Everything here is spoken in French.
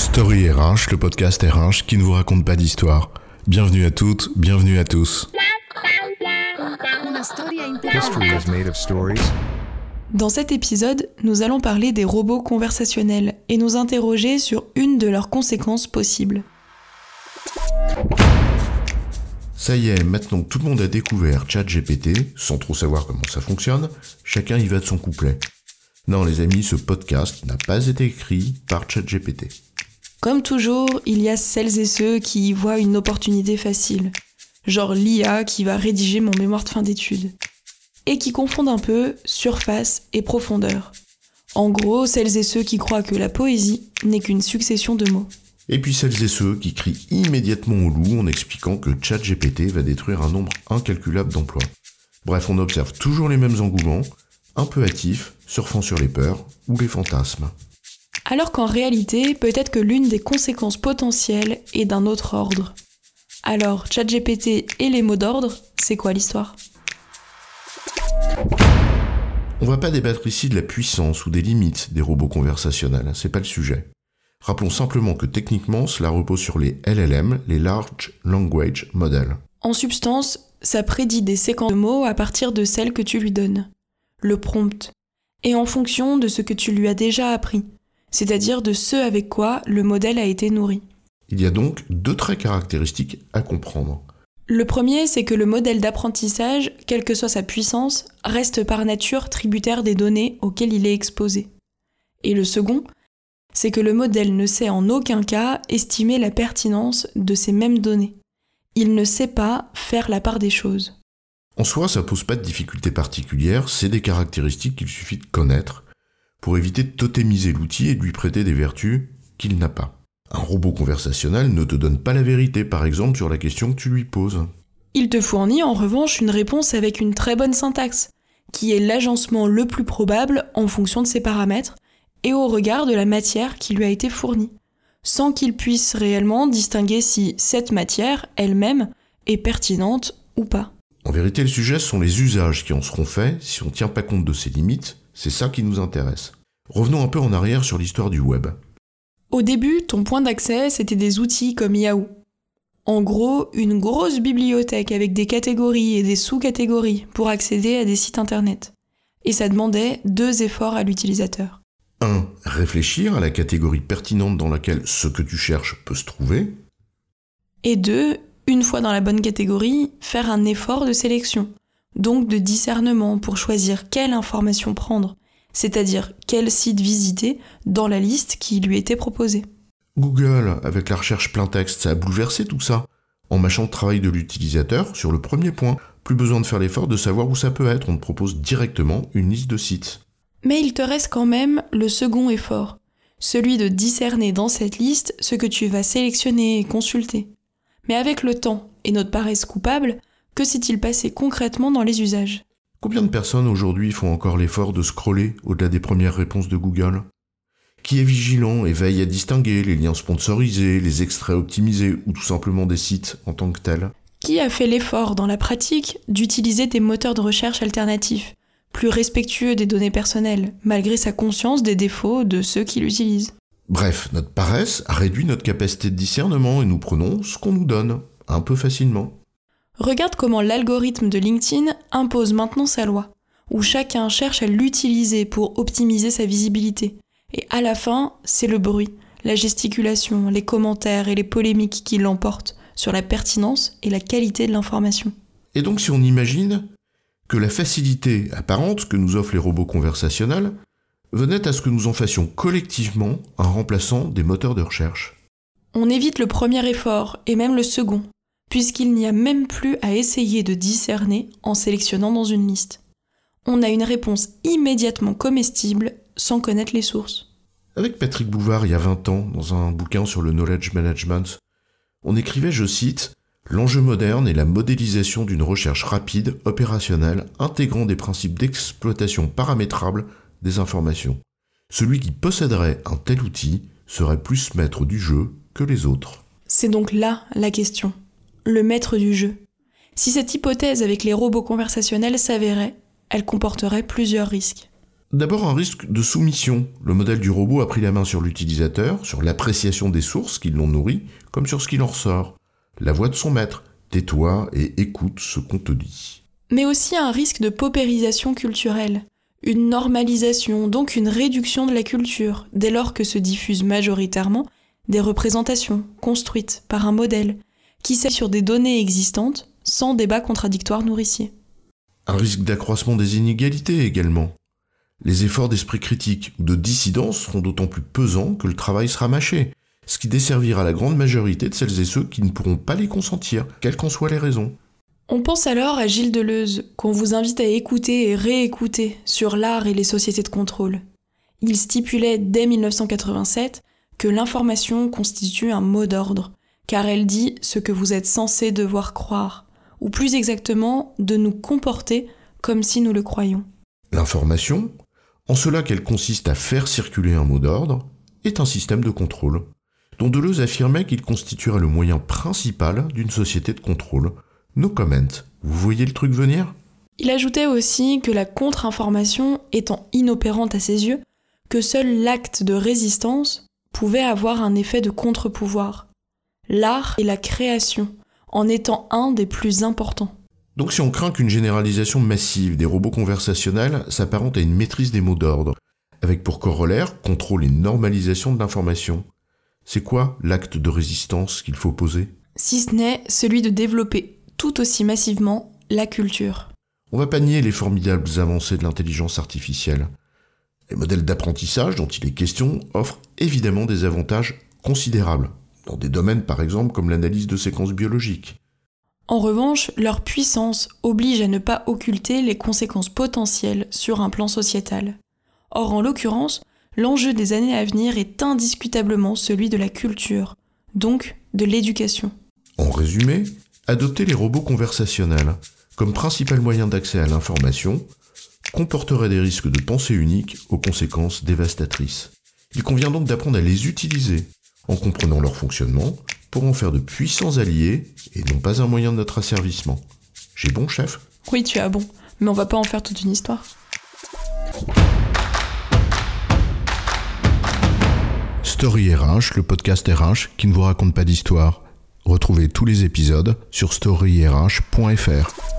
Story RH, le podcast RH qui ne vous raconte pas d'histoire. Bienvenue à toutes, bienvenue à tous. History is made of stories. Dans cet épisode, nous allons parler des robots conversationnels et nous interroger sur une de leurs conséquences possibles. Ça y est, maintenant que tout le monde a découvert ChatGPT, sans trop savoir comment ça fonctionne, chacun y va de son couplet. Non les amis, ce podcast n'a pas été écrit par ChatGPT. Comme toujours, il y a celles et ceux qui y voient une opportunité facile, genre l'IA qui va rédiger mon mémoire de fin d'études, et qui confondent un peu surface et profondeur. En gros, celles et ceux qui croient que la poésie n'est qu'une succession de mots. Et puis celles et ceux qui crient immédiatement au loup en expliquant que ChatGPT va détruire un nombre incalculable d'emplois. Bref, on observe toujours les mêmes engouements, un peu hâtifs, surfant sur les peurs ou les fantasmes. Alors qu'en réalité, peut-être que l'une des conséquences potentielles est d'un autre ordre. Alors, ChatGPT et les mots d'ordre, c'est quoi l'histoire ? On va pas débattre ici de la puissance ou des limites des robots conversationnels, c'est pas le sujet. Rappelons simplement que techniquement, cela repose sur les LLM, les Large Language Models. En substance, ça prédit des séquences de mots à partir de celles que tu lui donnes, le prompt, et en fonction de ce que tu lui as déjà appris, c'est-à-dire de ce avec quoi le modèle a été nourri. Il y a donc deux traits caractéristiques à comprendre. Le premier, c'est que le modèle d'apprentissage, quelle que soit sa puissance, reste par nature tributaire des données auxquelles il est exposé. Et le second, c'est que le modèle ne sait en aucun cas estimer la pertinence de ces mêmes données. Il ne sait pas faire la part des choses. En soi, ça pose pas de difficulté particulière, c'est des caractéristiques qu'il suffit de connaître pour éviter de totémiser l'outil et de lui prêter des vertus qu'il n'a pas. Un robot conversationnel ne te donne pas la vérité, par exemple, sur la question que tu lui poses. Il te fournit en revanche une réponse avec une très bonne syntaxe, qui est l'agencement le plus probable en fonction de ses paramètres et au regard de la matière qui lui a été fournie, sans qu'il puisse réellement distinguer si cette matière, elle-même, est pertinente ou pas. En vérité, le sujet, ce sont les usages qui en seront faits si on ne tient pas compte de ces limites, c'est ça qui nous intéresse. Revenons un peu en arrière sur l'histoire du web. Au début, ton point d'accès, c'était des outils comme Yahoo. En gros, une grosse bibliothèque avec des catégories et des sous-catégories pour accéder à des sites internet. Et ça demandait 2 efforts à l'utilisateur. 1. Réfléchir à la catégorie pertinente dans laquelle ce que tu cherches peut se trouver. Et 2. Une fois dans la bonne catégorie, faire un effort de sélection, donc de discernement pour choisir quelle information prendre, c'est-à-dire quel site visiter dans la liste qui lui était proposée. Google, avec la recherche plein texte, ça a bouleversé tout ça. En mâchant le travail de l'utilisateur, sur le premier point, plus besoin de faire l'effort de savoir où ça peut être, on te propose directement une liste de sites. Mais il te reste quand même le second effort, celui de discerner dans cette liste ce que tu vas sélectionner et consulter. Mais avec le temps et notre paresse coupable, que s'est-il passé concrètement dans les usages ? Combien de personnes aujourd'hui font encore l'effort de scroller au-delà des premières réponses de Google ? Qui est vigilant et veille à distinguer les liens sponsorisés, les extraits optimisés ou tout simplement des sites en tant que tels ? Qui a fait l'effort dans la pratique d'utiliser des moteurs de recherche alternatifs, plus respectueux des données personnelles, malgré sa conscience des défauts de ceux qui l'utilisent ? Bref, notre paresse a réduit notre capacité de discernement et nous prenons ce qu'on nous donne, un peu facilement. Regarde comment l'algorithme de LinkedIn impose maintenant sa loi, où chacun cherche à l'utiliser pour optimiser sa visibilité. Et à la fin, c'est le bruit, la gesticulation, les commentaires et les polémiques qui l'emportent sur la pertinence et la qualité de l'information. Et donc si on imagine que la facilité apparente que nous offrent les robots conversationnels venait à ce que nous en fassions collectivement en remplaçant des moteurs de recherche. On évite le premier effort et même le second, puisqu'il n'y a même plus à essayer de discerner en sélectionnant dans une liste. On a une réponse immédiatement comestible sans connaître les sources. Avec Patrick Bouvard, il y a 20 ans, dans un bouquin sur le knowledge management, on écrivait, je cite, « L'enjeu moderne est la modélisation d'une recherche rapide, opérationnelle, intégrant des principes d'exploitation paramétrables des informations. Celui qui posséderait un tel outil serait plus maître du jeu que les autres. » C'est donc là la question. Le maître du jeu. Si cette hypothèse avec les robots conversationnels s'avérait, elle comporterait plusieurs risques. D'abord un risque de soumission. Le modèle du robot a pris la main sur l'utilisateur, sur l'appréciation des sources qui l'ont nourri, comme sur ce qu'il en ressort. La voix de son maître, tais-toi et écoute ce qu'on te dit. Mais aussi un risque de paupérisation culturelle. Une normalisation, donc une réduction de la culture, dès lors que se diffusent majoritairement des représentations construites par un modèle, qui s'appuie sur des données existantes, sans débat contradictoire nourricier. Un risque d'accroissement des inégalités également. Les efforts d'esprit critique ou de dissidence seront d'autant plus pesants que le travail sera mâché, ce qui desservira la grande majorité de celles et ceux qui ne pourront pas les consentir, quelles qu'en soient les raisons. On pense alors à Gilles Deleuze, qu'on vous invite à écouter et réécouter sur l'art et les sociétés de contrôle. Il stipulait dès 1987 que l'information constitue un mot d'ordre, car elle dit ce que vous êtes censé devoir croire, ou plus exactement, de nous comporter comme si nous le croyions. L'information, en cela qu'elle consiste à faire circuler un mot d'ordre, est un système de contrôle, dont Deleuze affirmait qu'il constituerait le moyen principal d'une société de contrôle. No comment. Vous voyez le truc venir ? Il ajoutait aussi que la contre-information étant inopérante à ses yeux, que seul l'acte de résistance pouvait avoir un effet de contre-pouvoir. L'art et la création en étant un des plus importants. Donc si on craint qu'une généralisation massive des robots conversationnels s'apparente à une maîtrise des mots d'ordre, avec pour corollaire contrôle et normalisation de l'information, c'est quoi l'acte de résistance qu'il faut poser ? Si ce n'est celui de développer tout aussi massivement la culture. On va pas nier les formidables avancées de l'intelligence artificielle. Les modèles d'apprentissage dont il est question offrent évidemment des avantages considérables, dans des domaines par exemple comme l'analyse de séquences biologiques. En revanche, leur puissance oblige à ne pas occulter les conséquences potentielles sur un plan sociétal. Or, en l'occurrence, l'enjeu des années à venir est indiscutablement celui de la culture, donc de l'éducation. En résumé, adopter les robots conversationnels comme principal moyen d'accès à l'information comporterait des risques de pensée unique aux conséquences dévastatrices. Il convient donc d'apprendre à les utiliser, en comprenant leur fonctionnement, pour en faire de puissants alliés et non pas un moyen de notre asservissement. J'ai bon, chef ? Oui, tu as bon, mais on va pas en faire toute une histoire. Story RH, le podcast RH qui ne vous raconte pas d'histoire. Retrouvez tous les épisodes sur storyrh.fr.